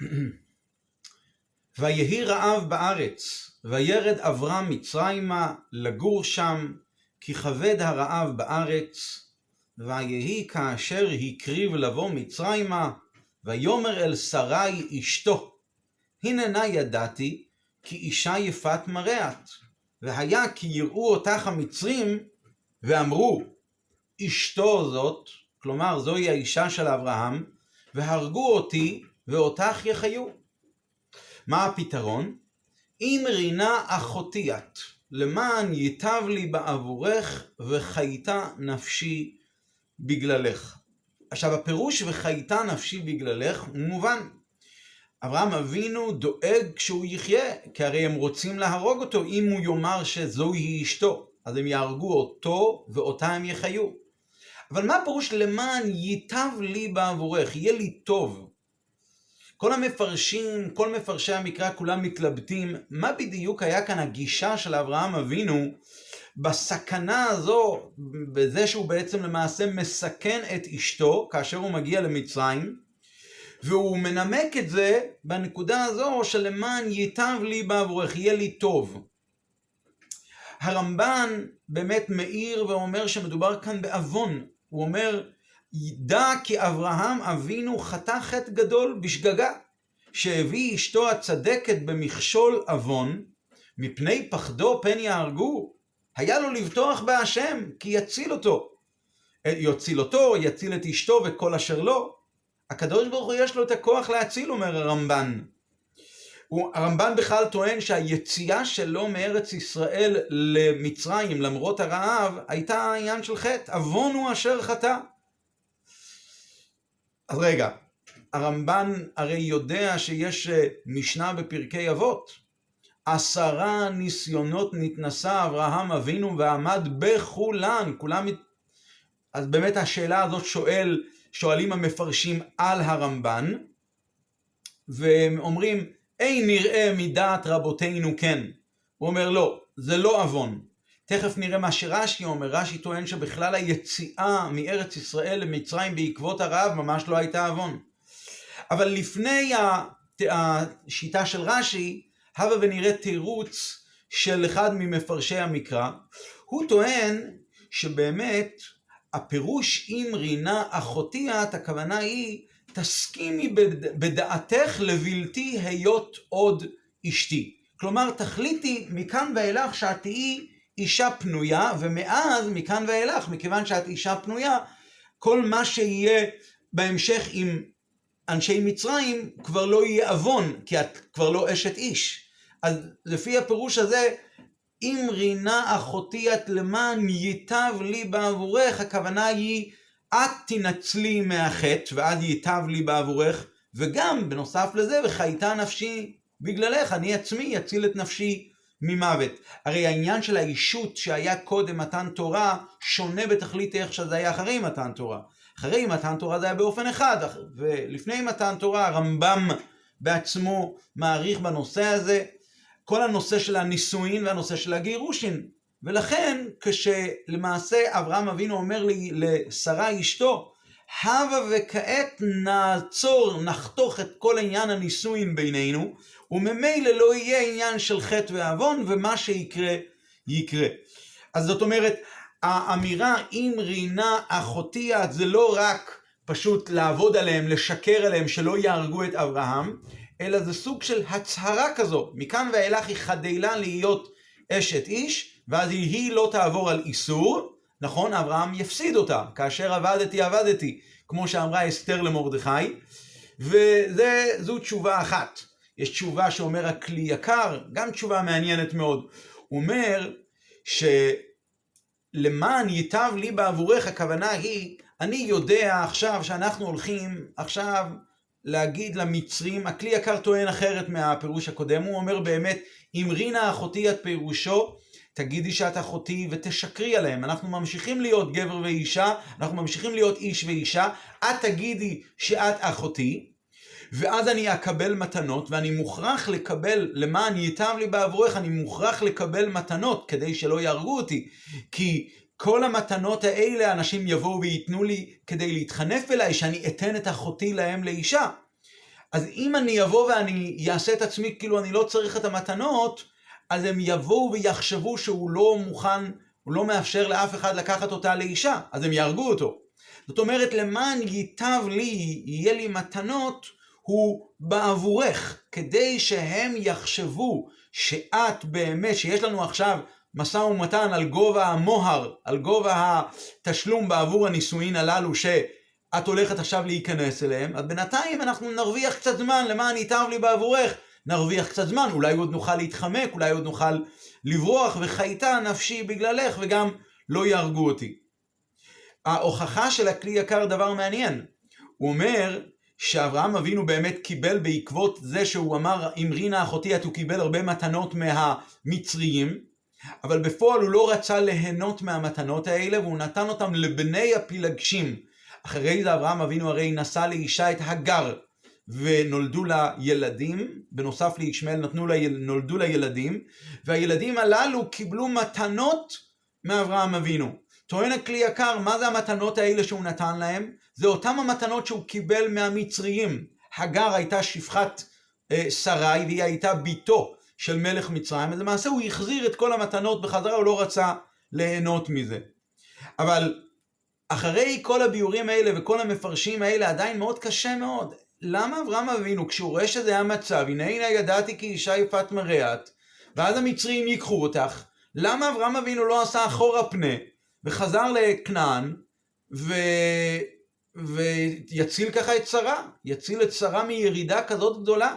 ויהי רעב בארץ, וירד אברהם מצרימה לגור שם, כי כבד הרעב בארץ. ויהי כאשר הקריב לבוא מצרימה, ויאמר אל שרי אשתו, הננה ידעתי כי אישה יפת מראה את, והיה כי יראו אותך המצרים, ואמרו אשתו זאת, כלומר זוהי האישה של אברהם, והרגו אותי ואותך יחיו. מה הפתרון? אם רינה אחותי את, למען ייטב לי בעבורך וחייתה נפשי בגללך. עכשיו הפירוש וחייתה נפשי בגללך הוא מובן. אברהם אבינו דואג כשהוא יחיה, כי הרי הם רוצים להרוג אותו אם הוא יאמר שזוהי אשתו. אז הם יהרגו אותו ואותה הם יחיו. אבל מה הפירוש למען ייטב לי בעבורך, יהיה לי טוב? כל המפרשים, כל מפרשי המקרא כולם מתלבטים, מה בדיוק היה כאן הגישה של אברהם אבינו בסכנה הזו, בזה שהוא בעצם למעשה מסכן את אשתו כאשר הוא מגיע למצרים, והוא מנמק את זה בנקודה הזו שלמען ייטב לי בעבורך, יהיה לי טוב. הרמב"ן באמת מאיר ואומר שמדובר כאן בעוון. הוא אומר, ידע כי אברהם אבינו חטא חטא גדול בשגגה, שהביא אשתו הצדקת במכשול עוון, מפני פחדו פן יהרגו. היה לו לבטוח בהשם, כי יציל אותו. יציל את אשתו וכל אשר לו. הקדוש ברוך הוא יש לו את הכוח להציל, אומר הרמב"ן. הרמב"ן בכלל טוען שהיציאה שלו מארץ ישראל למצרים, למרות הרעב, הייתה עניין של חטא. עוון הוא אשר חטא. אז רגע, הרמב"ן הרי יודע שיש משנה בפרקי אבות. 10 ניסיונות נתנסה אברהם אבינו ועמד בכולן. אז באמת השאלה הזאת שואלים המפרשים על הרמב"ן, והם אומרים, אין נראה מדעת רבותינו כן. הוא אומר לא, זה לא עוון. תכף נראה מה שרש"י אומר. רש"י טוען שבכלל היציאה מארץ ישראל למצרים בעקבות הרעב ממש לא הייתה עוון. אבל לפני השיטה של רש"י, הבה ונראה תירוץ של אחד ממפרשי המקרא. הוא טוען שבאמת הפירוש אם רינה אחותי את, הכוונה היא תסכימי בדעתך לבלתי היות עוד אשתי. כלומר תחליטי מכאן ואילך שאת תהיי אישה פנויה, ומאז מכאן ואילך, מכיוון שאת אישה פנויה, כל מה שיהיה בהמשך עם אנשי מצרים כבר לא יהיה עוון, כי את כבר לא אשת איש. אז לפי הפירוש הזה, אם רינה אחותי את למען ייטב לי בעבורך, הכוונה היא את תנצלי מהחטא ואז ייטב לי בעבורך, וגם בנוסף לזה וחייתה נפשי בגללך, אני עצמי אציל את נפשי ממוות. הרי העניין של האישות שהיה קודם מתן תורה שונה בתכלית איך שזה היה אחרי מתן תורה. אחרי מתן תורה זה היה באופן אחד, ולפני מתן תורה הרמב"ם בעצמו מעריך בנושא הזה, כל הנושא של הנישואין והנושא של הגירושין. ולכן כשלמעשה אברהם אבינו אומר לי לשרה אשתו, הבה וכעת נעצור, נחתוך את כל עניין הנישואין בינינו, וממילא לא יהיה עניין של חטא ועוון, ומה שיקרה יקרה. אז זאת אומרת, האמירה אם רינה אחותי את זה לא רק פשוט לעבוד עליהם, לשקר עליהם שלא יהרגו את אברהם, אלא זה סוג של הצהרה כזו. מכאן ואילך היא חדלה להיות אשת איש, ואז היא לא תעבור על איסור. נכון, אברהם יפסיד אותה, כאשר עבדתי, כמו שאמרה אסתר למרדכי, וזו תשובה אחת. יש תשובה שאומר הכלי יקר, גם תשובה מעניינת מאוד. הוא אומר שלמען ייטב לי בעבורך, הכוונה היא, אני יודע עכשיו שאנחנו הולכים עכשיו להגיד למצרים, הכלי יקר טוען אחרת מהפירוש הקודם, הוא אומר באמת, אם רינה אחותי את פירושו, תגידי שאת אחותי ותשקרי עליהם. אנחנו ממשיכים להיות גבר ואישה, אנחנו ממשיכים להיות איש ואישה, את תגידי שאת אחותי, ואז אני אקבל מתנות, ואני מוכרח לקבל, למען ייטב לי בעבורך, אני מוכרח לקבל מתנות, כדי שלא יהרגו אותי, כי כל המתנות האלה אנשים יבואו ויתנו לי כדי להתחנף אליי, שאני אתן את אחותי להם לאישה. אז אם אני אבוא ואני אעשה את עצמי כאילו אני לא צריך את המתנות, אז הם יבואו ויחשבו שהוא לא מוכן, הוא לא מאפשר לאף אחד לקחת אותה לאישה, אז הם יהרגו אותו. זאת אומרת, למען ייטב לי, יהיה לי מתנות, הוא בעבורך, כדי שהם יחשבו שאת באמת, שיש לנו עכשיו משא ומתן על גובה המוהר, על גובה התשלום בעבור הנישואין הללו שאת הולכת עכשיו להיכנס אליהם, אז בינתיים אנחנו נרוויח קצת זמן, למען ייטב לי בעבורך, נרוויח קצת זמן, אולי עוד נוכל להתחמק, אולי עוד נוכל לברוח, וחייתה נפשי בגללך, וגם לא יהרגו אותי. ההוכחה של הכלי יקר דבר מעניין. הוא אומר שאברהם אבינו באמת קיבל בעקבות זה שהוא אמר, אם רינה אחותי, הוא קיבל הרבה מתנות מהמצריים, אבל בפועל הוא לא רצה ליהנות מהמתנות האלה, והוא נתן אותם לבני הפילגשים. אחרי זה אברהם אבינו הרי נשא לאישה את הגר, ונולדו לה ילדים, בנוסף לישמעאל נולדו לה ילדים, והילדים הללו קיבלו מתנות מאברהם אבינו. טוען הכלי יקר, מה זה המתנות האלה שהוא נתן להם? זה אותם המתנות שהוא קיבל מהמצריים. הגר הייתה שפחת שרי, והיא הייתה ביתו של מלך מצרים, אז למעשה הוא החזיר את כל המתנות בחזרה, הוא לא רצה ליהנות מזה. אבל אחרי כל הביורים האלה וכל המפרשים האלה, עדיין מאוד קשה מאוד. למה אברהם אבינו, כשהוא רואה שזה היה מצב, הנה ידעתי כי אישה יפת מראה את, ואז המצרים ייקחו אותך, למה אברהם אבינו לא עשה אחורה פנה, וחזר לכנען, ויציל ככה את שרה, יציל את שרה מירידה כזאת גדולה?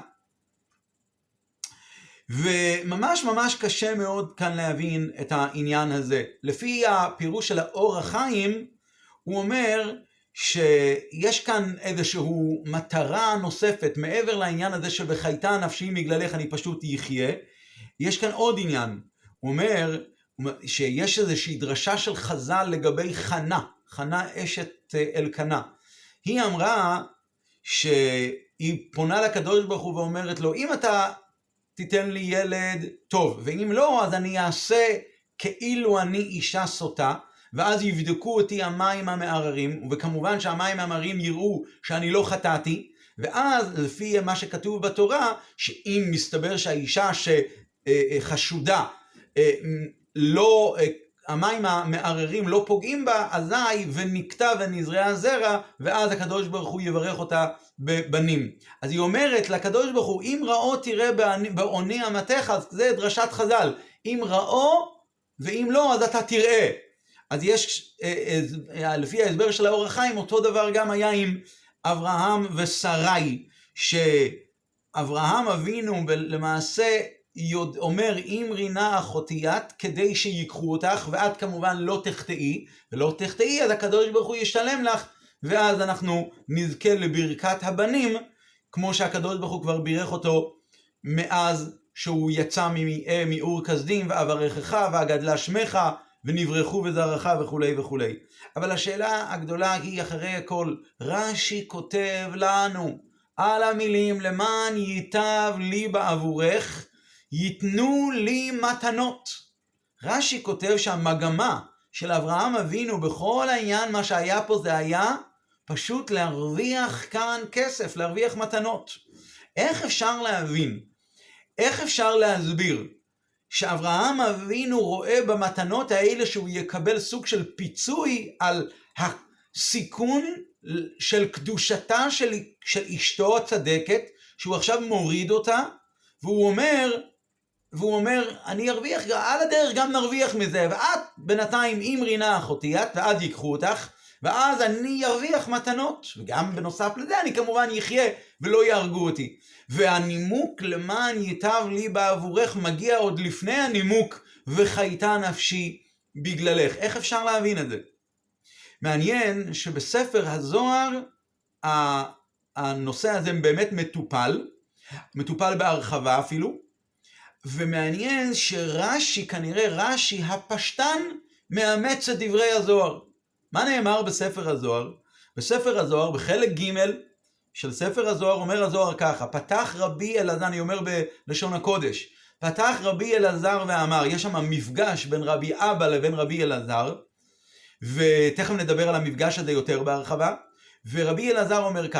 וממש ממש קשה מאוד כאן להבין את העניין הזה. לפי הפירוש של האור החיים, הוא אומר שיש כאן איזשהו מטרה נוספת, מעבר לעניין הזה שבחייתה נפשי מגללך אני פשוט יחיה, יש כאן עוד עניין. הוא אומר שיש איזושהי דרשה של חז"ל לגבי חנה, חנה אשת אלקנה. היא אמרה שהיא פונה לקדוש ברוך הוא ואומרת לו, אם אתה תיתן לי ילד טוב, ואם לא, אז אני אעשה כאילו אני אישה סוטה, ואז יבדקו אותי המים המערערים, וכמובן שהמים המערערים יראו שאני לא חטאתי, ואז לפי מה שכתוב בתורה, שאם מסתבר שהאישה שחשודה, לא, המים המערערים לא פוגעים בה, אזי ונקטה ונזרעה זרע, ואז הקדוש ברוך הוא יברך אותה בבנים. אז היא אומרת לקדוש ברוך הוא, אם ראו תראה בעוני אמתך, אז זה דרשת חז"ל, אם ראו ואם לא אז אתה תראה. אז יש, לפי ההסבר של האור החיים, אותו דבר גם היה עם אברהם ושרי, שאברהם אבינו למעשה אומר, אם רינה אחותי את, כדי שיקחו אותך, ואת כמובן לא תחטאי, ולא תחטאי, אז הקדוש ברוך הוא ישלם לך, ואז אנחנו נזכה לברכת הבנים, כמו שהקדוש ברוך הוא כבר בירך אותו, מאז שהוא יצא מאור כסדים, ואברכך, ואגדלה שמך, ונברחו וזרעך וכו' וכו'. אבל השאלה הגדולה היא אחרי הכל, רש"י כותב לנו על המילים, למען ייטב לי בעבורך, ייתנו לי מתנות. רש"י כותב שהמגמה של אברהם אבינו בכל העניין, מה שהיה פה זה היה פשוט להרוויח כאן כסף, להרוויח מתנות. איך אפשר להבין? איך אפשר להסביר שאברהם אבינו רואה במתנות האלה שהוא יקבל סוג של פיצוי על הסיכון של קדושתה של אשתו הצדקת, שהוא עכשיו מוריד אותה, והוא אומר, אני ארוויח, על הדרך גם נרוויח מזה, ואת בינתיים עם רינה אחותי את, ואז ייקחו אותך, ואז אני ארוויח מתנות, וגם בנוסף לזה אני כמובן יחיה ולא יהרגו אותי. והנימוק למען ייטב לי בעבורך מגיע עוד לפני הנימוק וחייתה נפשי בגללך. איך אפשר להבין את זה? מעניין שבספר הזוהר הנושא הזה באמת מטופל בהרחבה אפילו, ומעניין שרש"י, כנראה רש"י הפשטן, מאמץ את דברי הזוהר. מה נאמר בספר הזוהר? בספר הזוהר, בחלק ג' של ספר הזוהר, אומר הזוהר ככה, פתח רבי אלעזר, אני אומר בלשון הקודש, פתח רבי אלעזר ואמר, יש שם מפגש בין רבי אבא לבין רבי אלעזר, ותכף נדבר על המפגש הזה יותר בהרחבה, ורבי אלעזר אומר ככה,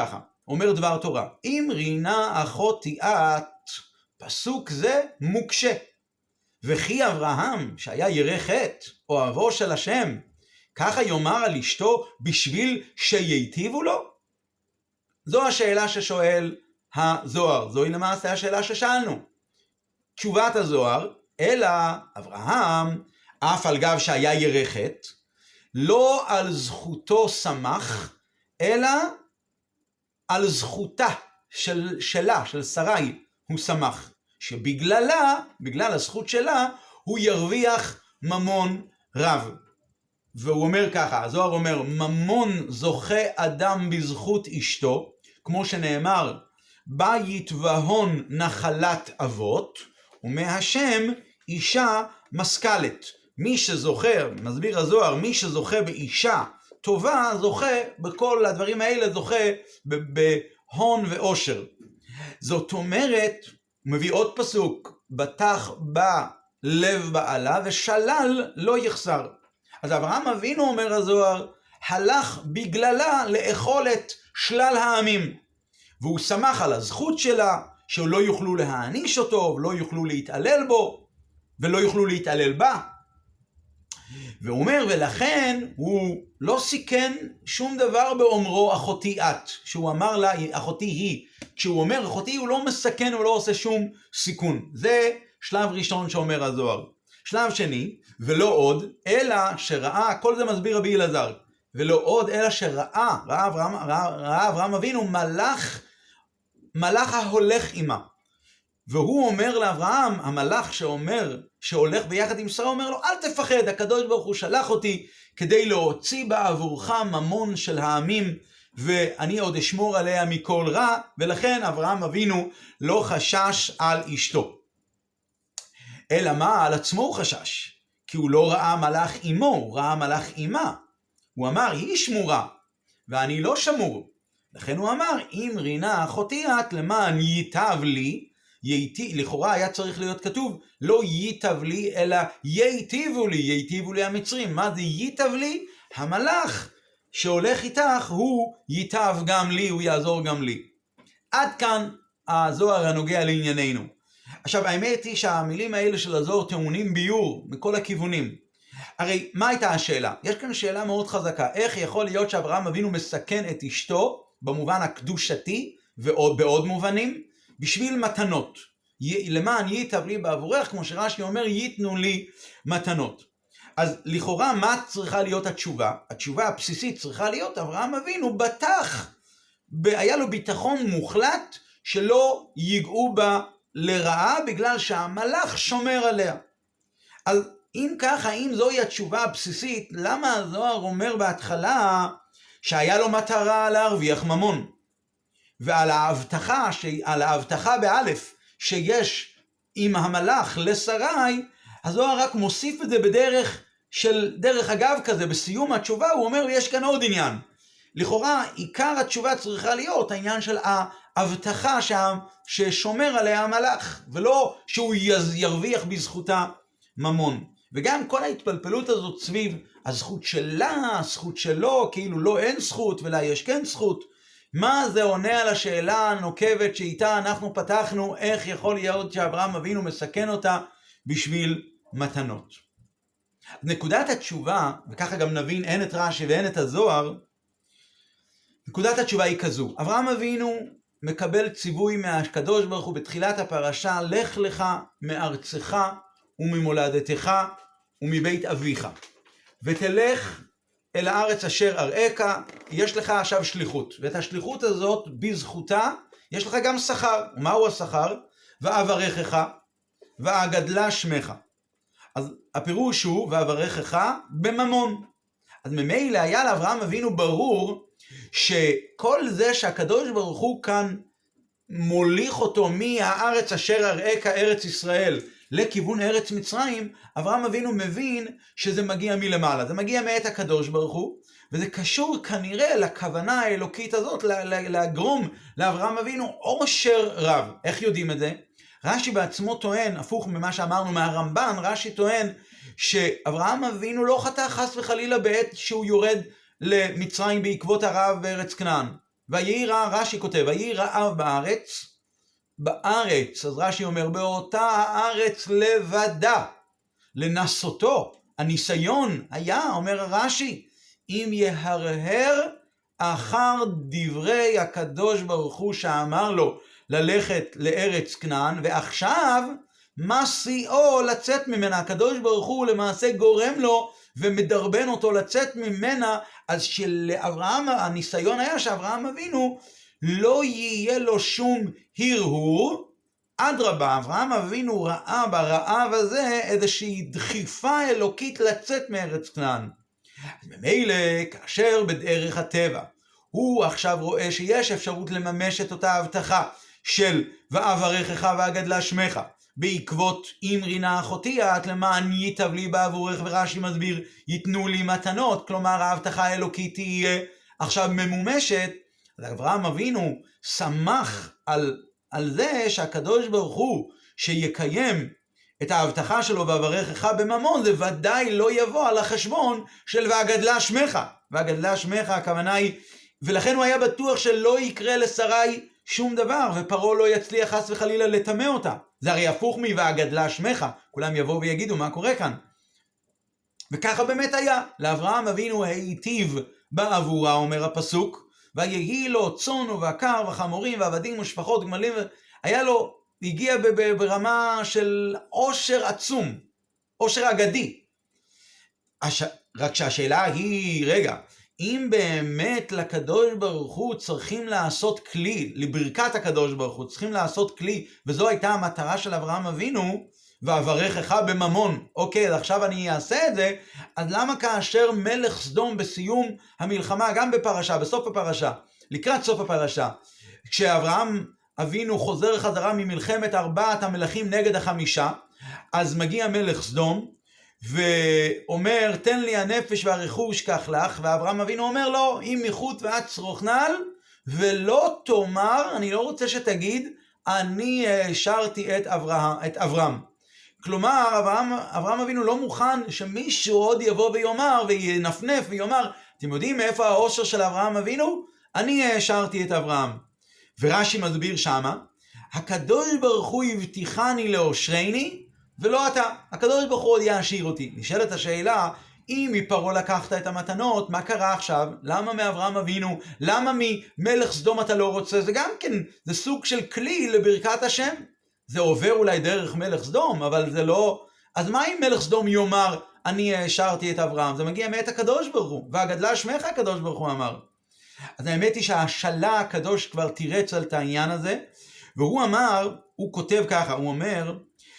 אומר דבר תורה, אם רינה אחותי את, פסוק זה מוקשה. וכי אברהם, שהיה ירא חטא, אוהבו של השם, ככה יאמר על אשתו בשביל שייטיבו לו? זו השאלה ששואל הזוהר, זוהי למעשה השאלה ששאלנו. תשובת הזוהר, אלא אברהם, אף על גב שהיה ירא חטא, לא על זכותו שמח, אלא על זכותה של שרי, הוא שמח. שבגללה, בגלל הזכות שלה, הוא ירוויח ממון רב. והוא אומר ככה, הזוהר אומר, ממון זוכה אדם בזכות אשתו, כמו שנאמר, בית והון נחלת אבות, ומהשם אישה משכלת. מי שזוכר, מסביר הזוהר, מי שזוכה באישה טובה, זוכה בכל הדברים האלה, זוכה בהון ואושר. זאת אומרת, הוא מביא עוד פסוק, בטח בה לב בעלה ושלל לא יחסר. אז אברהם אבינו, אומר הזוהר, הלך בגללה לאכול את שלל העמים. והוא שמח על הזכות שלה, שלא יוכלו להעניש אותו, ולא יוכלו להתעלל בו, ולא יוכלו להתעלל בה. והוא אומר, ולכן הוא לא סיכן שום דבר באומרו אחותי את, שהוא אמר לה אחותי היא. כשהוא אומר אחותי הוא לא מסכן ולא עושה שום סיכון. זה שלב ראשון שאומר הזוהר. שלב שני, ולא עוד, אלא שראה, כל זה מסביר רבי אלעזר, ולא עוד, אלא שראה, ראה אברהם אבינו מלאך ההולך עמה. והוא אומר לאברהם, המלאך שהולך ביחד עם שרה, אומר לו, אל תפחד, הקדוש ברוך הוא שלח אותי כדי להוציא בעבורך ממון של העמים, ואני עוד אשמור עליה מכל רע, ולכן אברהם אבינו לא חשש על אשתו. אלא מה? על עצמו הוא חשש, כי הוא לא ראה מלאך עמו, הוא ראה מלאך עמה. הוא אמר, היא שמורה, ואני לא שמור. לכן הוא אמר, אם רינה אחותי את למען ייטב לי, לכאורה היה צריך להיות כתוב, לא ייטב לי, אלא ייטיבו לי המצרים. מה זה ייטב לי? המלאך שהולך איתך, הוא ייטב גם לי, הוא יעזור גם לי. עד כאן הזוהר הנוגע לענייננו. עכשיו, האמת היא שהמילים האלה של הזוהר טעונים ביור מכל הכיוונים. הרי מה הייתה השאלה? יש כאן שאלה מאוד חזקה. איך יכול להיות שאברהם אבינו מסכן את אשתו, במובן הקדושתי, ובעוד מובנים, בשביל מתנות? למען ייטב לי בעבורך, כמו שרש"י אומר, ייתנו לי מתנות. אז לכאורה מה צריכה להיות התשובה? התשובה הבסיסית צריכה להיות, אברהם אבינו בטח, היה לו ביטחון מוחלט, שלא ייגעו בה לרעה, בגלל שהמלאך שומר עליה. אז אם ככה, אם זוהי התשובה הבסיסית, למה הזוהר אומר בהתחלה, שהיה לו מטרה להרוויח ממון? ועל ההבטחה באלף, שיש עם המלאך לשרי, הזוהר רק מוסיף את זה דרך אגב כזה, בסיום התשובה הוא אומר, יש כאן עוד עניין. לכאורה, עיקר התשובה צריכה להיות העניין של ההבטחה ששומר עליה המלאך, ולא שהוא ירוויח בזכותה ממון. וגם כל ההתפלפלות הזאת סביב הזכות שלה, הזכות שלו, כאילו לא אין זכות, ולה יש כן זכות. מה זה עונה על השאלה הנוקבת שאיתה אנחנו פתחנו, איך יכול להיות שאברהם אבינו מסכן אותה בשביל מתנות? נקודת התשובה, וככה גם נבין אין את רש"י ואין את הזוהר, נקודת התשובה היא כזו, אברהם אבינו מקבל ציווי מהקדוש ברוך הוא בתחילת הפרשה, לך לך מארצך וממולדתך ומבית אביך, ותלך אל הארץ אשר אראך, יש לך עכשיו שליחות, ואת השליחות הזאת בזכותה יש לך גם שכר. ומהו השכר? ואברכך ואגדלה שמך. אז הפירוש הוא ואברכך בממון. אז ממילא היה לאברהם אבינו ברור שכל זה שהקדוש ברוך הוא כאן מוליך אותו מהארץ אשר אראך, ארץ ישראל, לכיוון ארץ מצרים, אברהם אבינו מבין שזה מגיע מלמעלה, זה מגיע מאת הקדוש ברוך הוא, וזה קשור כנראה לכוונה האלוקית הזאת, לגרום לאברהם אבינו עושר רב. איך יודעים את זה? רש"י בעצמו טוען, הפוך ממה שאמרנו מהרמב"ן, רש"י טוען שאברהם אבינו לא חטא חס וחלילה בעת שהוא יורד למצרים בעקבות הרעב בארץ כנען. ויהי רעב, רש"י כותב, ויהי רעב בארץ, אז רש"י אומר, באותה הארץ לבדה, לנסותו. הניסיון היה, אומר רש"י, אם יהרהר אחר דברי הקדוש ברוך הוא שאמר לו ללכת לארץ כנען, ועכשיו מה שיאו לצאת ממנה. הקדוש ברוך הוא למעשה גורם לו ומדרבן אותו לצאת ממנה. אז שלאברהם, הניסיון היה שאברהם אבינו לא יהיה לו שום הרהור. אדרבה, אברהם אבינו ראה ברעב הזה איזושהי דחיפה אלוקית לצאת מארץ כנען. אז ממילא, כאשר בדרך הטבע הוא עכשיו רואה שיש אפשרות לממש את אותה הבטחה של ואברכך ואגדלה שמך, בעקבות אם רינה אחותי את למען ייטב לי בעבורך, ורש"י מסביר ייתנו לי מתנות, כלומר ההבטחה האלוקית תהיה עכשיו ממומשת. אז אברהם אבינו שמח על זה שהקדוש ברוך הוא שיקיים את ההבטחה שלו ואברכך בממון, זה ודאי לא יבוא על החשבון של ואגדלה שמך. ואגדלה שמך הכוונה היא, ולכן הוא היה בטוח שלא יקרה לשרי שום דבר, ופרעה לא יצליח חס וחלילה לטמא אותה. זה הרי הפוך מ"ואגדלה שמך", כולם יבואו ויגידו מה קורה כאן. וככה באמת היה, לאברהם אבינו היטיב בעבורה, אומר הפסוק, ויהי לו צאן ובקר וחמורים ועבדים ושפחות גמלים, היה לו, הגיע ברמה של עושר עצום, עושר אגדי. רק שהשאלה היא, רגע, אם באמת לקדוש ברוך הוא צריכים לעשות כלי, לברכת הקדוש ברוך הוא צריכים לעשות כלי, וזו הייתה המטרה של אברהם אבינו, ואברכך בממון, אוקיי, אז עכשיו אני אעשה את זה, אז למה כאשר מלך סדום בסיום המלחמה, גם בפרשה, בסוף הפרשה, לקראת סוף הפרשה, כשאברהם אבינו חוזר חזרה ממלחמת 4 המלכים נגד 5, אז מגיע מלך סדום, ואומר תן לי הנפש והרכוש כך לך, ואברהם אבינו אומר לו אם מחוט ועד צרוך נעל, ולא תאמר, אני לא רוצה שתגיד אני השארתי את אברהם. כלומר אברהם אבינו לא מוכן שמישהו עוד יבוא ויאמר וינפנף ויאמר אתם יודעים מאיפה העושר של אברהם אבינו? אני השארתי את אברהם. ורש"י מסביר שמה, הקדוש ברוך הוא הבטיחני לאושרני ולא אתה, הקדוש ברוך הוא עוד יעשיר אותי. נשאלת השאלה, אם מפרעה לקחת את המתנות, מה קרה עכשיו? למה מאברהם אבינו? למה ממלך סדום אתה לא רוצה? זה גם כן, זה סוג של כלי לברכת השם. זה עובר אולי דרך מלך סדום, אבל זה לא... אז מה אם מלך סדום יאמר, אני השארתי את אברהם? זה מגיע מאת הקדוש ברוך הוא, ואגדלה שמך הקדוש ברוך הוא אמר. אז האמת היא שהשלה הקדוש כבר תירץ על את העניין הזה, והוא אמר, הוא כותב ככה, הוא אומר,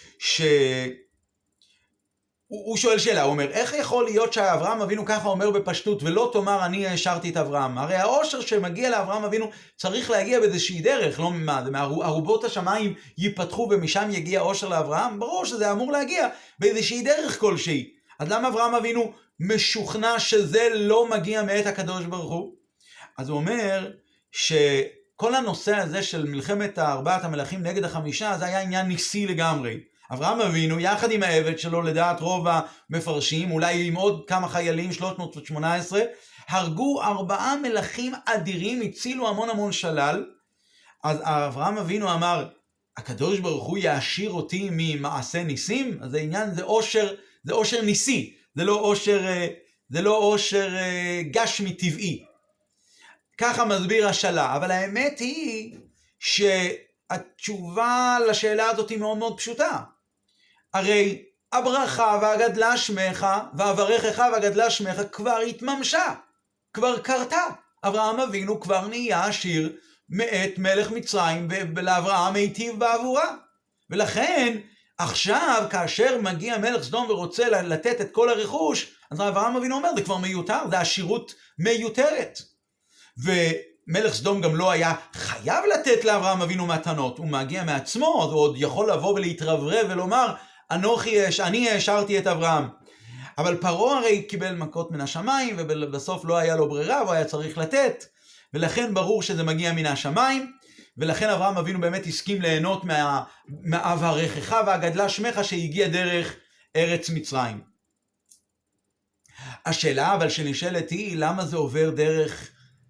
הוא שואל שאלה, הוא אומר, איך יכול להיות שאברהם אבינו ככה אומר בפשטות, ולא תאמר אני השארתי את אברהם? הרי העושר שמגיע לאברהם אבינו צריך להגיע באיזושהי דרך, לא מארובות השמיים ייפתחו ומשם יגיע עושר לאברהם? ברור שזה אמור להגיע באיזושהי דרך כלשהי. אז למה אברהם אבינו משוכנע שזה לא מגיע מאת הקדוש ברוך הוא? אז הוא אומר שכל הנושא הזה של מלחמת 4 המלכים נגד 5, זה היה עניין ניסי לגמרי. אברהם אבינו, יחד עם העבד שלו, לדעת רוב המפרשים, אולי עם עוד כמה חיילים, 318, הרגו 4 מלכים אדירים, הצילו המון שלל. אז אברהם אבינו אמר, הקדוש ברוך הוא יעשיר אותי ממעשה ניסים? אז העניין זה עושר ניסי, זה לא עושר גשמי טבעי. ככה מסביר השאלה, אבל האמת היא שהתשובה לשאלה הזאת היא מאוד מאוד פשוטה. הרי הברכה והגדלה שמך ואברכך והגדלה שמך כבר התממשה, כבר קרתה. אברהם אבינו כבר נהיה עשיר מאת מלך מצרים, ולאברהם היטיב בעבורה. ולכן עכשיו כאשר מגיע מלך סדום ורוצה לתת את כל הרכוש, אז אברהם אבינו אומר זה כבר מיותר, זה עשירות מיותרת. ומלך סדום גם לא היה חייב לתת לאברהם אבינו מתנות, הוא מגיע מעצמו, אז הוא עוד יכול לבוא ולהתרברב ולומר, אני השארתי את אברהם. אבל פרעה הרי קיבל מכות מן השמיים, ובסוף לא היה לו ברירה, והוא היה צריך לתת, ולכן ברור שזה מגיע מן השמיים, ולכן אברהם אבינו באמת הסכים ליהנות מהאברכך והגדלה שמך שהגיע דרך ארץ מצרים. השאלה אבל שנשאלת היא, למה זה עובר דרך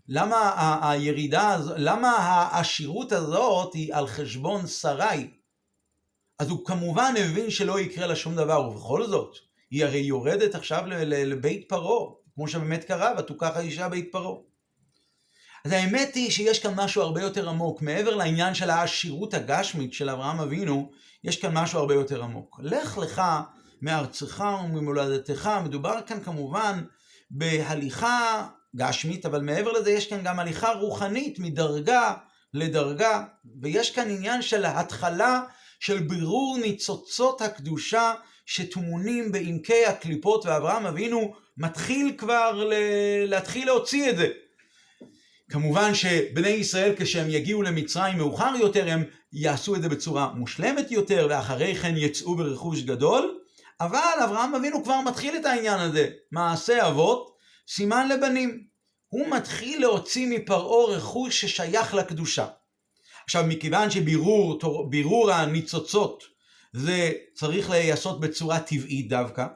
למה הירידה, למה העשירות הזאת היא על חשבון שרי? אז הוא כמובן הבין שלא יקרה לה שום דבר, ובכל זאת, היא הרי יורדת עכשיו לבית פרעה, כמו שבאמת קרה, ותוקח האישה בית פרעה. אז האמת היא שיש כאן משהו הרבה יותר עמוק, מעבר לעניין של העשירות הגשמית של אברהם אבינו, יש כאן משהו הרבה יותר עמוק. לך לך מארצך וממולדתך, מדובר כאן כמובן בהליכה גשמית, אבל מעבר לזה יש כאן גם הליכה רוחנית מדרגה לדרגה, ויש כאן עניין של התחלה של בירור ניצוצות הקדושה שטמונים בעמקי הקליפות, ואברהם אבינו מתחיל כבר להתחיל להוציא את זה. כמובן שבני ישראל כשהם יגיעו למצרים מאוחר יותר, הם יעשו את זה בצורה מושלמת יותר, ואחרי כן יצאו ברכוש גדול, אבל אברהם אבינו כבר מתחיל את העניין הזה, מעשה אבות, סימן לבנים. הוא מתחיל להוציא מפרעה רכוש ששייך לקדושה. עכשיו, מכיוון שבירור הניצוצות זה צריך להיעשות בצורה טבעית דווקא,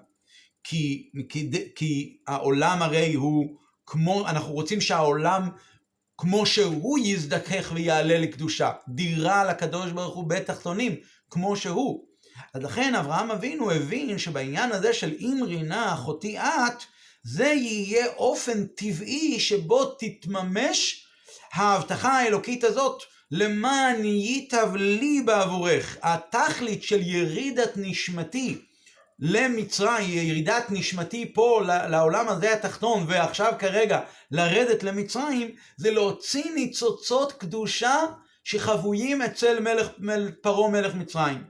כי העולם הרי הוא כמו, אנחנו רוצים שהעולם כמו שהוא יזדכך ויעלה לקדושה, דירה לקדוש ברוך הוא בתחתונים, כמו שהוא. אז לכן אברהם אבינו הבין שבעניין הזה של אם רינה אחותי את, זה יהיה אופן טבעי שבו תתממש ההבטחה האלוקית הזאת, למען ייטב לי בעבורך. התכלית של ירידת נשמתי למצרים, ירידת נשמתי פה לעולם הזה התחתון, ועכשיו כרגע לרדת למצרים, זה להוציא ניצוצות קדושה שחבויים אצל פרעה מלך מצרים.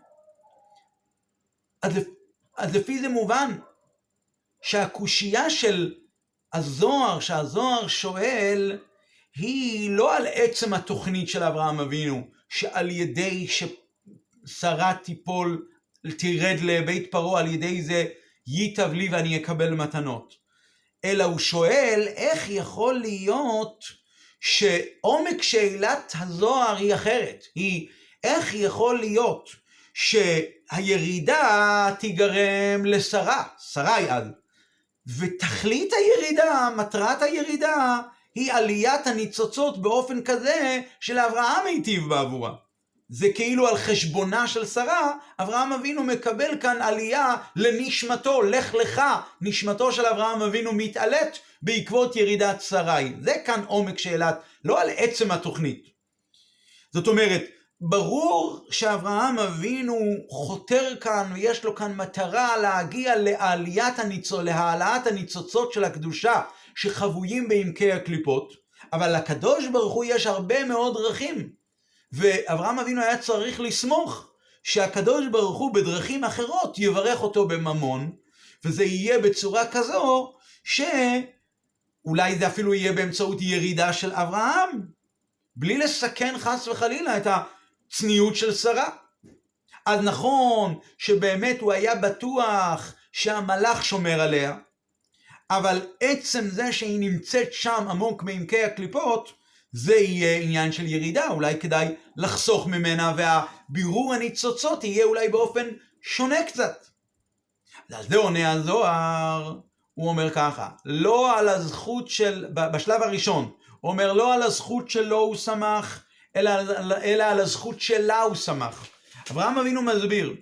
אז לפי זה מובן שהקושייה של הזוהר, שהזוהר שואל, היא לא על עצם התוכנית של אברהם אבינו, שעל ידי ששרה תרד לבית פרעה, על ידי זה ייטב לי ואני אקבל מתנות. אלא הוא שואל, איך יכול להיות שעומק שאלת הזוהר היא אחרת? איך יכול להיות שהירידה תיגרם לשרה, שרי אז, ותכלית הירידה, מטרת הירידה, היא עליית הניצוצות באופן כזה שלאברהם היטיב בעבורה. זה כאילו על חשבונה של שרה, אברהם אבינו מקבל כאן עלייה לנשמתו, לך לך, נשמתו של אברהם אבינו מתעלת בעקבות ירידת שרי. זה כאן עומק שאלת, לא על עצם התוכנית. זאת אומרת, ברור שאברהם אבינו חותר כאן ויש לו כאן מטרה להגיע להעלאת הניצוצות של הקדושה שחבויים בעמקי הקליפות, אבל לקדוש ברוך הוא יש הרבה מאוד דרכים, ואברהם אבינו היה צריך לסמוך שהקדוש ברוך הוא בדרכים אחרות יברך אותו בממון, וזה יהיה בצורה כזו שאולי זה אפילו יהיה באמצעות ירידה של אברהם, בלי לסכן חס וחלילה את הצניעות של שרה. אז נכון שבאמת הוא היה בטוח שהמלאך שומר עליה, אבל עצם זה שהיא נמצאת שם עמוק מעמקי הקליפות, זה יהיה עניין של ירידה, אולי כדאי לחסוך ממנה, והבירור הניצוצות יהיה אולי באופן שונה קצת. אז זה עונה הזוהר, הוא אומר ככה, לא על הזכות של, בשלב הראשון, הוא אומר לא על הזכות שלו הוא שמח, אלא על הזכות שלה הוא שמח. אברהם אבינו מסביר,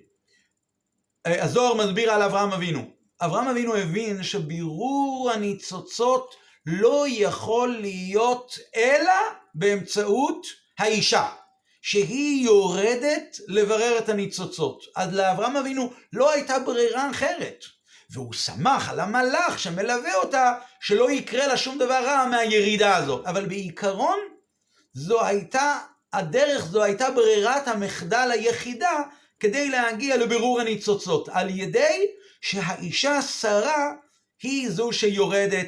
הזוהר מסביר על אברהם אבינו. אברהם אבינו הבין שבירור הניצוצות לא יכול להיות אלא באמצעות האישה, שהיא יורדת לברר את הניצוצות. אז לאברהם אבינו לא הייתה ברירה אחרת. והוא שמח על המלאך שמלווה אותה, שלא יקרה לה שום דבר רע מהירידה הזאת. אבל בעיקרון, זו הייתה הדרך, זו הייתה ברירת המחדל היחידה, כדי להגיע לבירור הניצוצות, על ידי שהאישה שרה היא זו שיורדת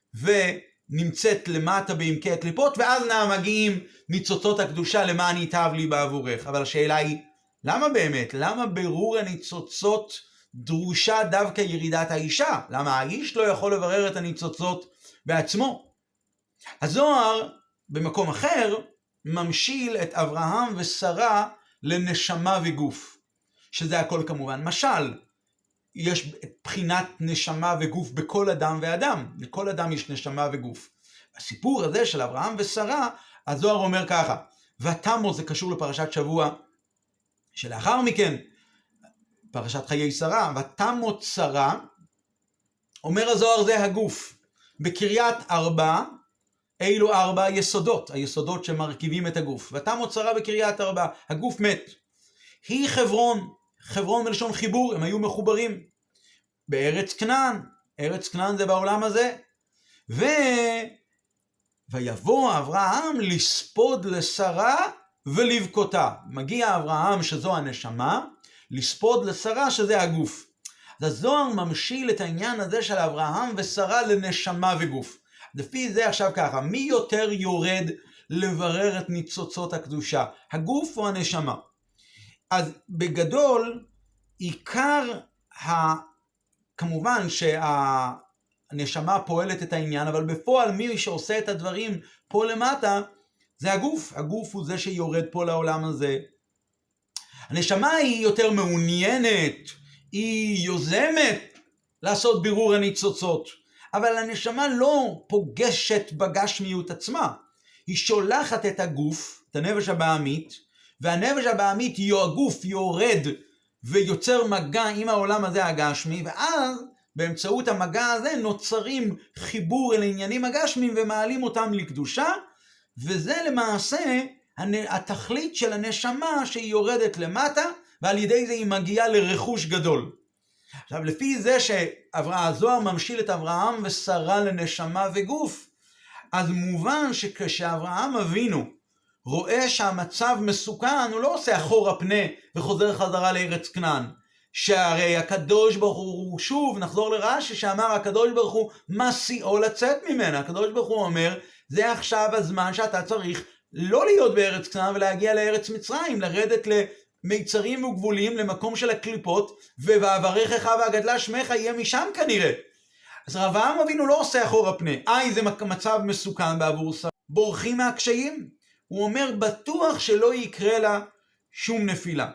ונמצאת למטה בעמקי הקליפות, ואז מגיעים ניצוצות הקדושה למען ייטב לי בעבורך. אבל השאלה היא, למה באמת? למה בירור הניצוצות דרושה דווקא ירידת האישה? למה האיש לא יכול לברר את הניצוצות בעצמו? הזוהר במקום אחר ממשיל את אברהם ושרה לנשמה וגוף, שזה הכל כמובן משל. יש בחינת נשמה וגוף בכל אדם ואדם, לכל אדם יש נשמה וגוף. הסיפור הזה של אברהם ושרה, הזוהר אומר ככה, ותמו, זה קשור לפרשת שבוע שלאחר מכן, פרשת חיי שרה, ותמות שרה, אומר הזוהר זה הגוף. בקריית ארבע, אילו 4 יסודות, היסודות שמרכיבים את הגוף. ותמות שרה בקריית ארבע, הגוף מת. היא חברון, חברון מלשון חיבור, הם היו מחוברים. בארץ כנען, ארץ כנען זה בעולם הזה. ויבוא אברהם לספוד לשרה ולבכותה. מגיע אברהם שזו הנשמה, לספוד לשרה שזה הגוף. אז הזוהר ממשיל את העניין הזה של אברהם ושרה לנשמה וגוף. לפי זה עכשיו ככה, מי יותר יורד לברר את ניצוצות הקדושה? הגוף או הנשמה? אז בגדול, עיקר כמובן שהנשמה פועלת את העניין, אבל בפועל מי שעושה את הדברים פה למטה, זה הגוף. הגוף הוא זה שיורד פה לעולם הזה. הנשמה היא יותר מעוניינת, היא יוזמת לעשות בירור הניצוצות, אבל הנשמה לא פוגשת בגשמיות עצמה. היא שולחת את הגוף, את הנפש הבהמית, והנפש הבהמית, הגוף יורד ויוצר מגע עם העולם הזה הגשמי, ואז באמצעות המגע הזה נוצרים חיבור אל עניינים הגשמיים ומעלים אותם לקדושה, וזה למעשה התכלית של הנשמה שהיא יורדת למטה, ועל ידי זה היא מגיעה לרכוש גדול. עכשיו, לפי זה שהזוהר ממשיל את אברהם ושרה לנשמה וגוף, אז מובן שכשאברהם אבינו רואה שהמצב מסוכן, הוא לא עושה אחורה פנה וחוזר חזרה לארץ כנען. שהרי הקדוש ברוך הוא, שוב נחזור לרש"י שאמר הקדוש ברוך הוא מסיעו לצאת ממנה. הקדוש ברוך הוא אומר, זה עכשיו הזמן שאתה צריך לא להיות בארץ כנען ולהגיע לארץ מצרים, לרדת למיצרים וגבולים, למקום של הקליפות, ובאברכך ואגדלה שמך יהיה משם כנראה. אז אברהם אבינו לא עושה אחורה פנה, זה מצב מסוכן בעבור שרה. בורחים מהקשיים. הוא אומר בטוח שלא יקרה לה שום נפילה.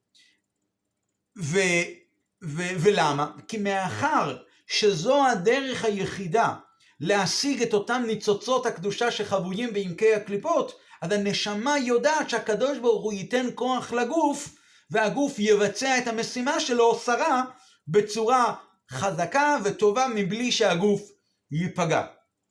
ולמה? כי מאחר שזו הדרך היחידה להשיג את אותם ניצוצות הקדושה שחבויים בעמקי הקליפות, אז הנשמה יודעת שהקדוש ברוך הוא ייתן כוח לגוף, והגוף יבצע את המשימה שלו, שרה, בצורה חזקה וטובה מבלי שהגוף ייפגע.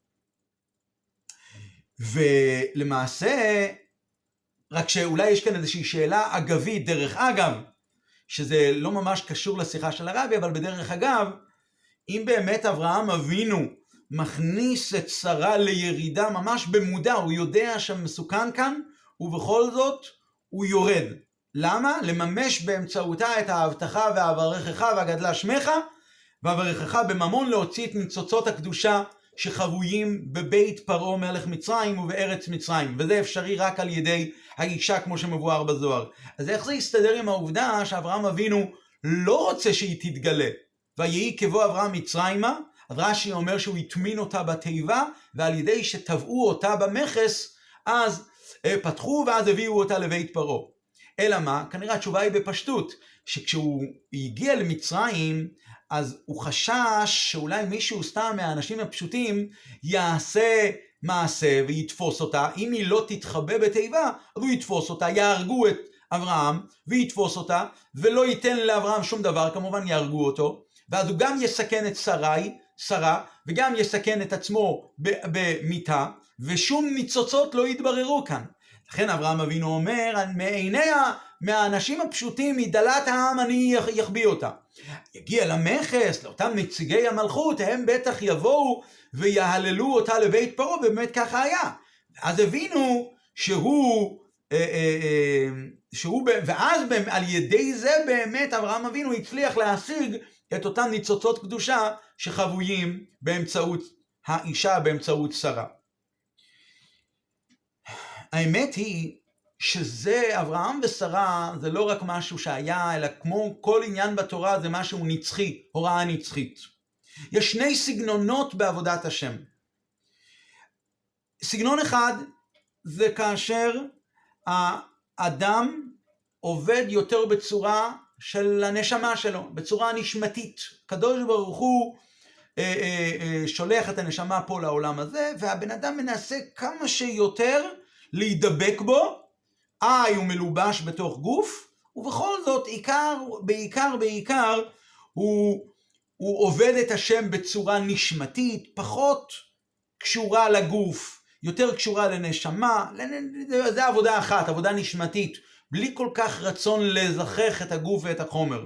ולמעשה, רק שאולי יש כאן איזושהי שאלה אגבית, דרך אגב, שזה לא ממש קשור לשיחה של הרבי, אבל בדרך אגב, אם באמת אברהם אבינו מכניס את שרה לירידה ממש במודע, הוא יודע שמסוכן כאן, ובכל זאת הוא יורד. למה? לממש באמצעותה את ההבטחה והברכך והגדלה שמך, והברכך בממון להוציא את ניצוצות הקדושה שחבויים בבית פרעה מלך מצרים ובארץ מצרים, וזה אפשרי רק על ידי האישה כמו שמבואר בזוהר. אז איך זה יסתדר עם העובדה שאברהם אבינו לא רוצה שהיא תתגלה? ויהי כבוא אברהם מצרימה, אז רש"י אומר שהוא יטמין אותה בתיבה, ועל ידי שטבעו אותה במכס, אז פתחו ואז הביאו אותה לבית פרעה. אלא מה? כנראה התשובה היא בפשטות, שכשהוא הגיע למצרים, אז הוא חשש שאולי מישהו סתם מהאנשים הפשוטים יעשה מעשה ויתפוס אותה. אם היא לא תתחבא בתיבה, אז הוא יתפוס אותה, יהרגו את אברהם ויתפוס אותה, ולא ייתן לאברהם שום דבר, כמובן יהרגו אותו, ואז הוא גם יסכן את שרה, וגם יסכן את עצמו במיתה, ושום ניצוצות לא יתבררו כאן. לכן אברהם אבינו אומר, מהאנשים הפשוטים, מדלת העם אני יחביא אותה. יגיע למכס, לאותם נציגי המלכות, הם בטח יבואו ויהללו אותה לבית פרעה, ובאמת ככה היה. אז הבינו ואז על ידי זה באמת אברהם אבינו הצליח להשיג את אותם ניצוצות קדושה שחבויים באמצעות האישה, באמצעות שרה. האמת היא שזה אברהם ושרה זה לא רק משהו שהיה, אלא כמו כל עניין בתורה זה משהו נצחי, הוראה נצחית. יש שני סגנונות בעבודת השם. סגנון אחד זה כאשר האדם עובד יותר בצורה של הנשמה שלו, בצורה נשמתית. הקדוש ברוך הוא שולח את הנשמה פה לעולם הזה, והבן אדם מנסה כמה שיותר להידבק בו, הוא מלובש בתוך גוף, ובכל זאת בעיקר הוא עובד את השם בצורה נשמתית, פחות קשורה לגוף, יותר קשורה לנשמה, זה עבודה אחת, עבודה נשמתית, בלי כל כך רצון לזכך את הגוף ואת החומר.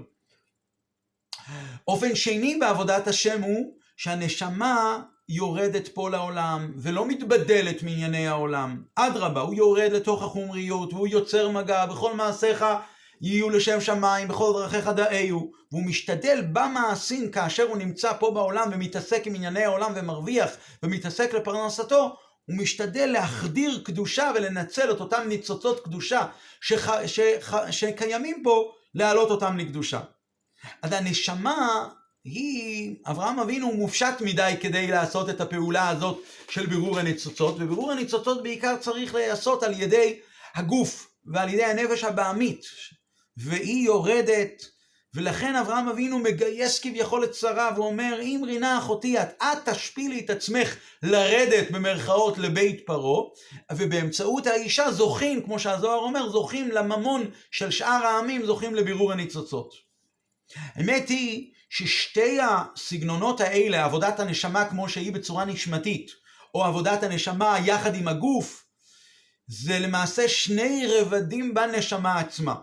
אופן שני בעבודת השם הוא שהנשמה יורדת פה לעולם ולא מתבדלת מענייני העולם. אדרבה, הוא יורד לתוך החומריות והוא יוצר מגע, בכל מעשיך יהיו לשם שמיים, בכל דרכיך דאהו, והוא משתדל במעשים כאשר הוא נמצא פה בעולם ומתעסק עם ענייני העולם ומרוויח ומתעסק לפרנסתו, הוא משתדל להחדיר קדושה ולנצל את אותם ניצוצות קדושה שקיימים פה, להעלות אותם לקדושה. אז הנשמה אברהם אבינו מופשט מדי כדי לעשות את הפעולה הזאת של בירור הניצוצות, ובירור הניצוצות בעיקר צריך להיעשות על ידי הגוף ועל ידי הנפש הבעמית, והיא יורדת, ולכן אברהם אבינו מגייס כביכול את שרה ואומר, אם רינה אחותי את תשפילי את עצמך לרדת במרכאות לבית פרעה, ובאמצעות האישה זוכים, כמו שהזוהר אומר, זוכים לממון של שאר העמים, זוכים לבירור הניצוצות. האמת היא ששתי הסגנונות האלה, עבודת הנשמה כמו שהיא בצורה נשמתית, או עבודת הנשמה יחד עם הגוף, זה למעשה שני רבדים בנשמה עצמה.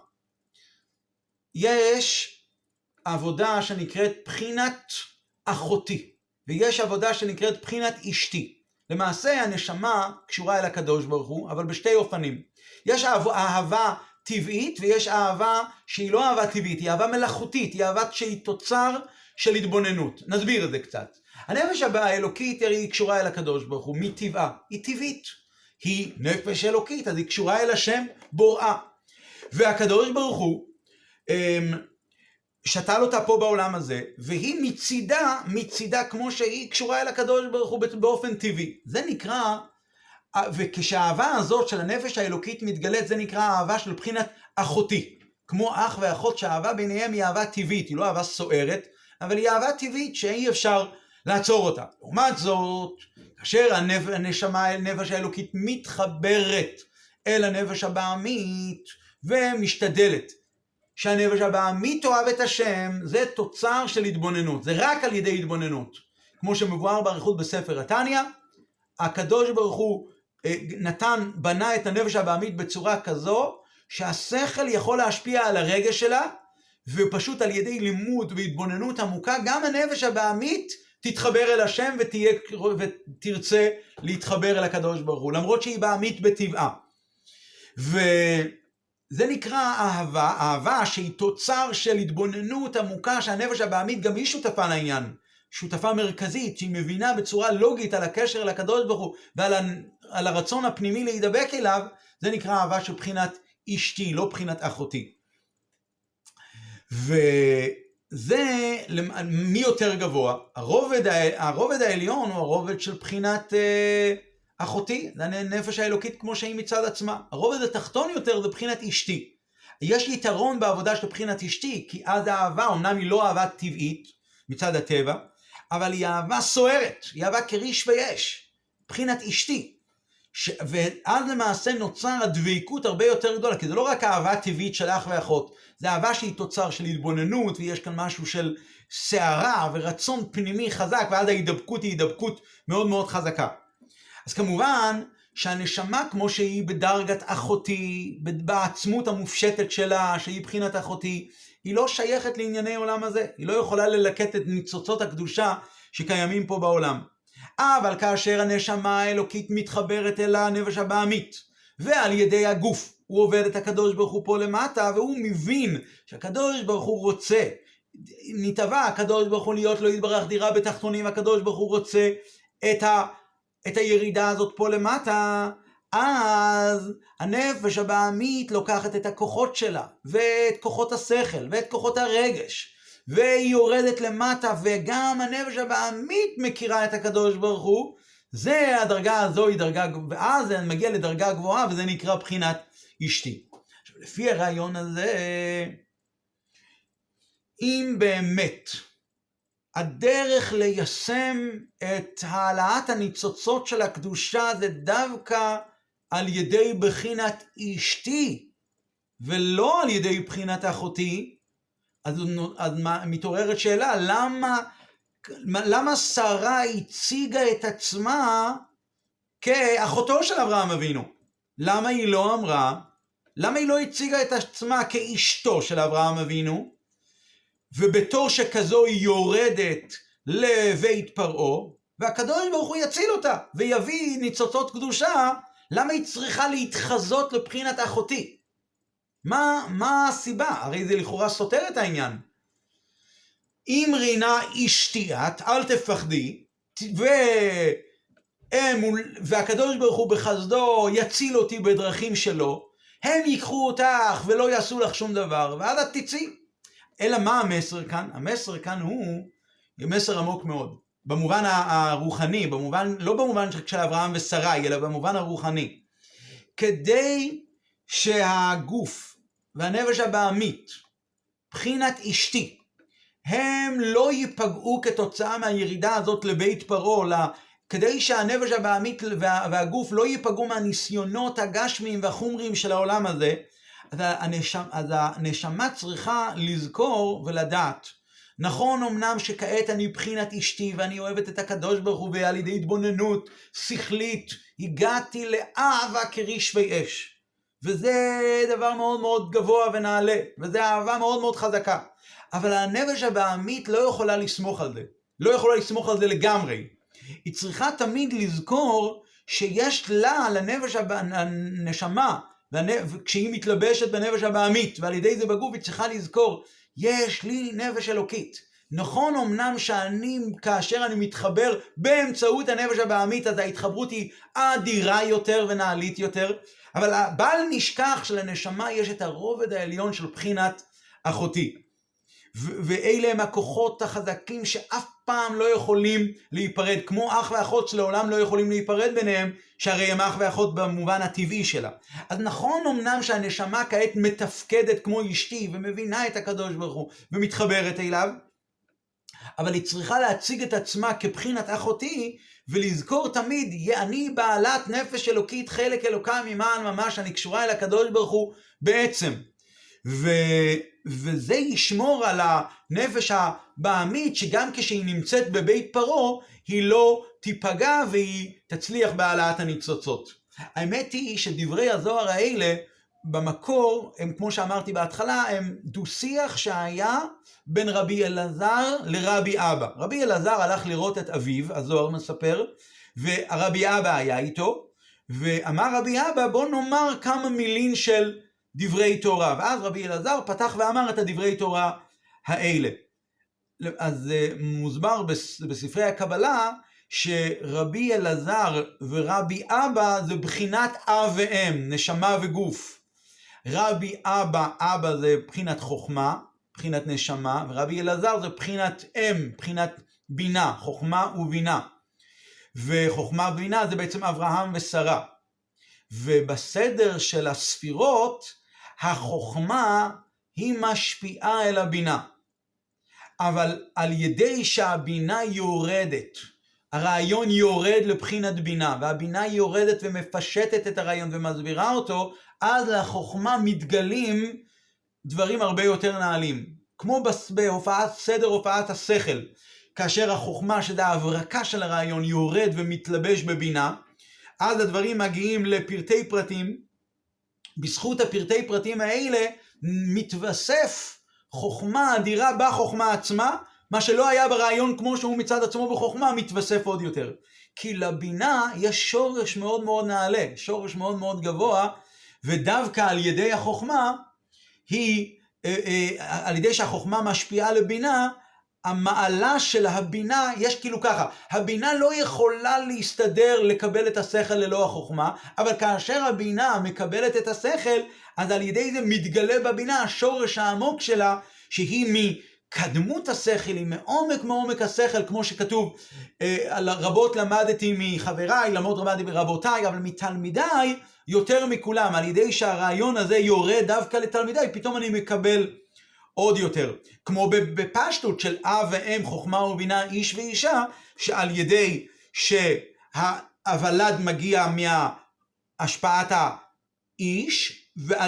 יש עבודה שנקראת בחינת אחותי, ויש עבודה שנקראת בחינת אשתי. למעשה הנשמה קשורה אל הקדוש ברוך הוא, אבל בשתי אופנים. יש אהבה טבעית, ויש אהבה שהיא לא אהבה טבעית, היא אהבה מלאכותית, היא אהבה שהיא תוצר של התבוננות. נסביר את זה קצת. הנפש האלוקית היא קשורה אל הקדוש ברוך הוא, מטבעה, היא טבעית. היא נפש אלוקית, אז היא קשורה אל השם בוראה. והקדוש ברוך הוא שתל אותה פה בעולם הזה, והיא מצידה כמו שהיא קשורה אל הקדוש ברוך הוא באופן טבעי. זה נקרא, וכשהאהבה הזאת של הנפש האלוקית מתגלית, זה נקרא אהבה של בחינת אחותי. כמו אח ואחות שהאהבה ביניהם היא אהבה טבעית, היא לא אהבה סוערת, אבל היא אהבה טבעית שאי אפשר לעצור אותה. לעומת זאת, כאשר הנפש האלוקית מתחברת אל הנפש הבעמית ומשתדלת, שהנפש הבעמית אוהב את השם, זה תוצר של התבוננות, זה רק על ידי התבוננות. כמו שמבואר באריכות בספר התניא, הקדוש ברוך הוא בנה את הנפש הבעמית בצורה כזו, שהשכל יכול להשפיע על הרגש שלה, ופשוט על ידי לימוד והתבוננות עמוקה, גם הנפש הבעמית תתחבר אל השם ותרצה להתחבר אל הקדוש ברוך הוא, למרות שהיא בעמית בטבעה. זה נקרא אהבה, אהבה שהיא תוצר של התבוננות עמוקה, שהנפש הבעמית גם היא שותפה לעניין, שותפה מרכזית, שהיא מבינה בצורה לוגית על הקשר לקדוש ברוך הוא, ועל הרצון הפנימי להידבק אליו. זה נקרא אהבה של בחינת אשתי, לא בחינת אחותי. וזה מי יותר גבוה? הרובד העליון הוא הרובד של בחינת אחותי, זה הנפש האלוקית כמו שהיא מצד עצמה. הרובד התחתון יותר זה בחינת אשתי. יש יתרון בעבודה של בחינת אשתי, כי אז האהבה, אמנם היא לא אהבה טבעית מצד הטבע, אבל היא אהבה סוערת, היא אהבה כריש ויש, בחינת אשתי. ואז למעשה נוצר הדביקות הרבה יותר גדולה, כי זה לא רק אהבה טבעית של אח ואחות, זה אהבה שהיא תוצר של התבוננות, ויש כאן משהו של שערה ורצון פנימי חזק, ואז ההידבקות היא הידבקות מאוד מאוד חזקה. אז כמובן שהנשמה כמו שהיא בדרגת אחותי, בעצמות המופשטת שלה, שהיא בחינת אחותי, היא לא שייכת לענייני עולם הזה, היא לא יכולה ללקט את ניצוצות הקדושה שקיימים פה בעולם. אבל כאשר הנשמה האלוקית מתחברת אל הנפש הבעמית, ועל ידי הגוף הוא עובד את הקדוש ברוך הוא פה למטה, והוא מבין שהקדוש ברוך הוא רוצה, נתבע הקדוש ברוך הוא להיות לו יתברך דירה בתחתונים, הקדוש ברוך הוא רוצה את הירידה הזאת פה למטה, אז הנפש הבעמית לוקחת את הכוחות שלה, ואת כוחות השכל, ואת כוחות הרגש, והיא יורדת למטה, וגם הנפש הבעמית מכירה את הקדוש ברוך הוא. זה הדרגה הזו, היא דרגה, ואז זה מגיע לדרגה גבוהה, וזה נקרא בחינת אשתי. עכשיו, לפי הרעיון הזה, אם באמת הדרך ליישם את העלאת הניצוצות של הקדושה זה דווקא על ידי בחינת אשתי, ולא על ידי בחינת אחותי. אז מתעוררת שאלה, למה שרה הציגה את עצמה כאחותו של אברהם אבינו? למה היא לא הציגה את עצמה כאשתו של אברהם אבינו, ובתור שכזו היא יורדת לבית פרעה, והקדוש ברוך הוא יציל אותה ויביא ניצוצות קדושה? למה היא צריכה להתחזות לבחינת אחותי? מה הסיבה? הרי זה לכאורה סותר את העניין. אם רינה אשתי את, אל תפחדי, והקדוש ברוך הוא בחסדו יציל אותי בדרכים שלו, הם ייקחו אותך ולא יעשו לך שום דבר, ואז את תצאי. אלא מה המסר כאן? המסר כאן הוא מסר עמוק מאוד. במובן הרוחני, לא במובן של אברהם ושרי, אלא במובן הרוחני. כדי שהגוף והנפש הבעמית, בחינת אשתי, הם לא ייפגעו כתוצאה מהירידה הזאת לבית פרעה, כדי שהנפש הבעמית והגוף לא ייפגעו מהניסיונות הגשמיים והחומריים של העולם הזה, אז הנשמה צריכה לזכור ולדעת. נכון אמנם שכעת אני בחינת אשתי ואני אוהבת את הקדוש ברוך הוא, ועל ידי התבוננות שכלית הגעתי לאהבה כרשפי אש, וזה דבר מאוד מאוד גבוה ונעלה, וזה אהבה מאוד מאוד חזקה. אבל הנפש הבעמית לא יכולה לסמוך על זה, לא יכולה לסמוך על זה לגמרי. היא צריכה תמיד לזכור שיש לה, לנפש הנשמה, כשהיא מתלבשת בנפש הבעמית, ועל ידי זה בגוף היא צריכה לזכור, יש לי נפש אלוקית. נכון אמנם כאשר אני מתחבר באמצעות הנפש הבעמית, אז ההתחברות היא אדירה יותר ונעלית יותר, אבל בל נשכח שלנשמה יש את הרובד העליון של בחינת אחותי. ואלה הם הכוחות החזקים שאף פעם לא יכולים להיפרד, כמו אח ואחות שלעולם לא יכולים להיפרד ביניהם, שהרי הם אח ואחות במובן הטבעי שלה. אז נכון אמנם שהנשמה כעת מתפקדת כמו אשתי ומבינה את הקדוש ברוך הוא ומתחברת אליו, אבל היא צריכה להציג את עצמה כבחינת אחותי, ולזכור תמיד, אני בעלת נפש אלוקית, חלק אלוקה ממעל ממש, אני קשורה אל הקדוש ברוך הוא בעצם. וזה ישמור על הנפש הבעמית, שגם כשהיא נמצאת בבית פרעה, היא לא תיפגע והיא תצליח בהעלאת הניצוצות. האמת היא שדברי הזוהר האלה, במקור, הם כמו שאמרתי בהתחלה, הם דו-שיח שהיה בין רבי אלעזר לרבי אבא. רבי אלעזר הלך לראות את אביו, הזוהר מספר, והרבי אבא היה איתו, ואמר רבי אבא, בוא נאמר כמה מילים של דברי תורה, ואז רבי אלעזר פתח ואמר את הדברי תורה האלה. אז מוסבר בספרי הקבלה שרבי אלעזר ורבי אבא זה בחינת אב ואם, נשמה וגוף. רבי אבא זה בחינת חוכמה, בחינת נשמה, ורבי אלעזר זה בחינת אם, בחינת בינה, חוכמה ובינה. וחוכמה ובינה זה בעצם אברהם ושרה. ובסדר של הספירות, החוכמה היא משפיעה אל הבינה. אבל על ידי שהבינה יורדת, הרעיון יורד לבחינת בינה, והבינה יורדת ומפשטת את הרעיון ומסבירה אותו, אז לחוכמה מתגלים דברים הרבה יותר נעלים. כמו בהופעת סדר הופעת השכל, כאשר החוכמה שזה ההברקה של הרעיון יורד ומתלבש בבינה, אז הדברים מגיעים לפרטי פרטים. בזכות הפרטי פרטים האלה מתווסף חוכמה אדירה בחוכמה עצמה, מה שלא היה ברעיון כמו שהוא מצד עצמו בחוכמה, מתווסף עוד יותר. כי לבינה יש שורש מאוד מאוד נעלה, שורש מאוד מאוד גבוה, ודווקא על ידי החוכמה, על ידי שהחוכמה משפיעה לבינה, המעלה של הבינה, יש כאילו ככה, הבינה לא יכולה להסתדר לקבל את השכל ללא החוכמה, אבל כאשר הבינה מקבלת את השכל, אז על ידי זה מתגלה בבינה השורש העמוק שלה, שהיא מקדמות השכל, היא מעומק השכל, כמו שכתוב, רבות למדתי מחבריי, למרות למדתי ברבותיי, אבל מתלמידיי יותר מכולם, על ידי שהרעיון הזה יורד דווקא לתלמידיי, פתאום אני מקבל עוד יותר. כמו בפשטות של אב ואם, חוכמה ובינה, איש ואישה, שעל ידי שהוולד מגיע מהשפעת האיש,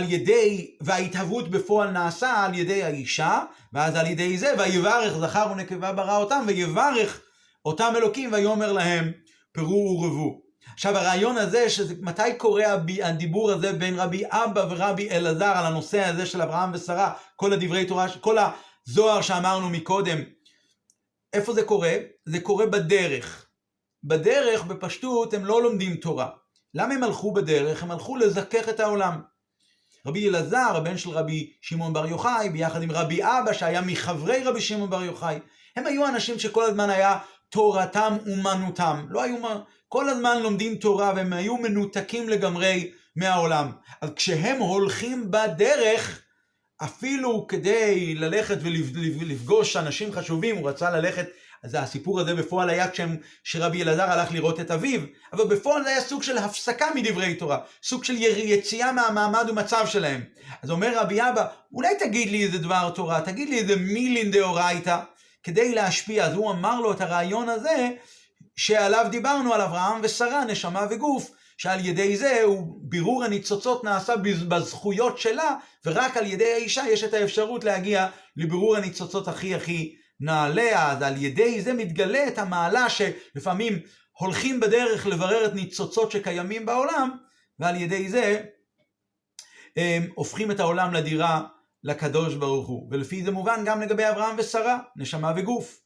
וההתהוות בפועל נעשה על ידי האישה, ואז על ידי זה, ויברך זכר ונקבה ברא אותם, ויברך אותם אלוקים, ויאמר להם פרו ורבו. עכשיו הרעיון הזה, מתי קורה הדיבור הזה בין רבי אבא ורבי אלעזר על הנושא הזה של אברהם ושרה, כל הדברי תורה, כל הזוהר שאמרנו מקודם, איפה זה קורה? זה קורה בדרך. בדרך, בפשטות, הם לא לומדים תורה. למה הם הלכו בדרך? הם הלכו לזכך את העולם. רבי אלעזר, הבן של רבי שמעון בר יוחאי, ביחד עם רבי אבא, שהיה מחברי רבי שמעון בר יוחאי, הם היו אנשים שכל הזמן היה תורתם אומנותם. לא היו כל הזמן לומדים תורה, והם היו מנותקים לגמרי מהעולם. אז כשהם הולכים בדרך, אפילו כדי ללכת ולפגוש אנשים חשובים, הוא רצה ללכת, אז הסיפור הזה בפועל היה כשרבי אלעזר הלך לראות את אביו, אבל בפועל זה היה סוג של הפסקה מדברי תורה, סוג של יציאה מהמעמד ומצב שלהם. אז אומר רבי אבא, אולי תגיד לי איזה דבר תורה, תגיד לי איזה מילין דאורייתא, כדי להשפיע. אז הוא אמר לו את הרעיון הזה, שעליו דיברנו, על אברהם ושרה, נשמה וגוף, שעל ידי זה בירור הניצוצות נעשה בזכויות שלה, ורק על ידי האישה יש את האפשרות להגיע לבירור הניצוצות הכי נעלה. אז על ידי זה מתגלה את המעלה שלפעמים הולכים בדרך לברר את ניצוצות שקיימים בעולם, ועל ידי זה הופכים את העולם לדירה לקדוש ברוך הוא. ולפי זה מובן גם לגבי אברהם ושרה, נשמה וגוף.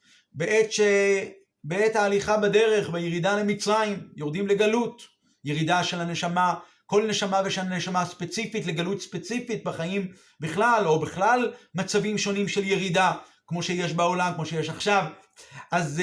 בעת ההליכה בדרך, בירידה למצרים, יורדים לגלות, ירידה של הנשמה, כל נשמה ושל נשמה ספציפית לגלות ספציפית בחיים בכלל, או בכלל מצבים שונים של ירידה, כמו שיש בעולם, כמו שיש עכשיו. אז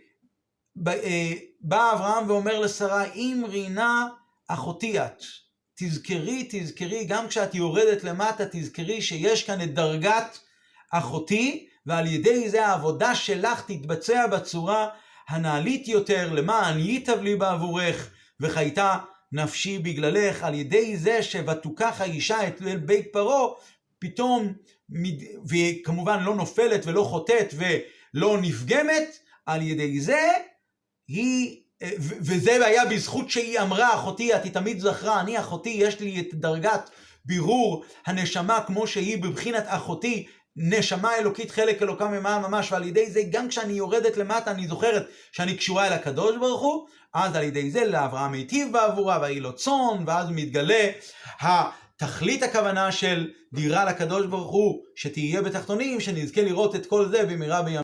בא אברהם ואומר לשרה, אם רינה אחותי את, תזכרי, גם כשאת יורדת למטה, תזכרי שיש כאן את דרגת אחותי, ועל ידי זה העבודה שלך תתבצע בצורה הנעלית יותר, למען ייטב לי בעבורך, וחייתה נפשי בגללך. על ידי זה שבתוקח האישה את ליל בית פרעה, פתאום, וכמובן לא נופלת ולא חוטאת ולא נפגמת, על ידי זה וזה היה בזכות שהיא אמרה, אחותי, את תמיד זכרה, אני אחותי, יש לי את דרגת בירור הנשמה כמו שהיא בבחינת אחותי, נשמה אלוקית חלק אלוקה ממש, ועל ידי זה גם כשאני יורדת למטה אני זוכרת שאני קשורה אל הקדוש ברוך הוא, אז על ידי זה לאברהם היטיב בעבורה והיא לו צאן, ואז מתגלה תכלית הכוונה של דירה לקדוש ברוך הוא, שתהיה בתחתונים, שנזכה לראות את כל זה במהרה בימינו.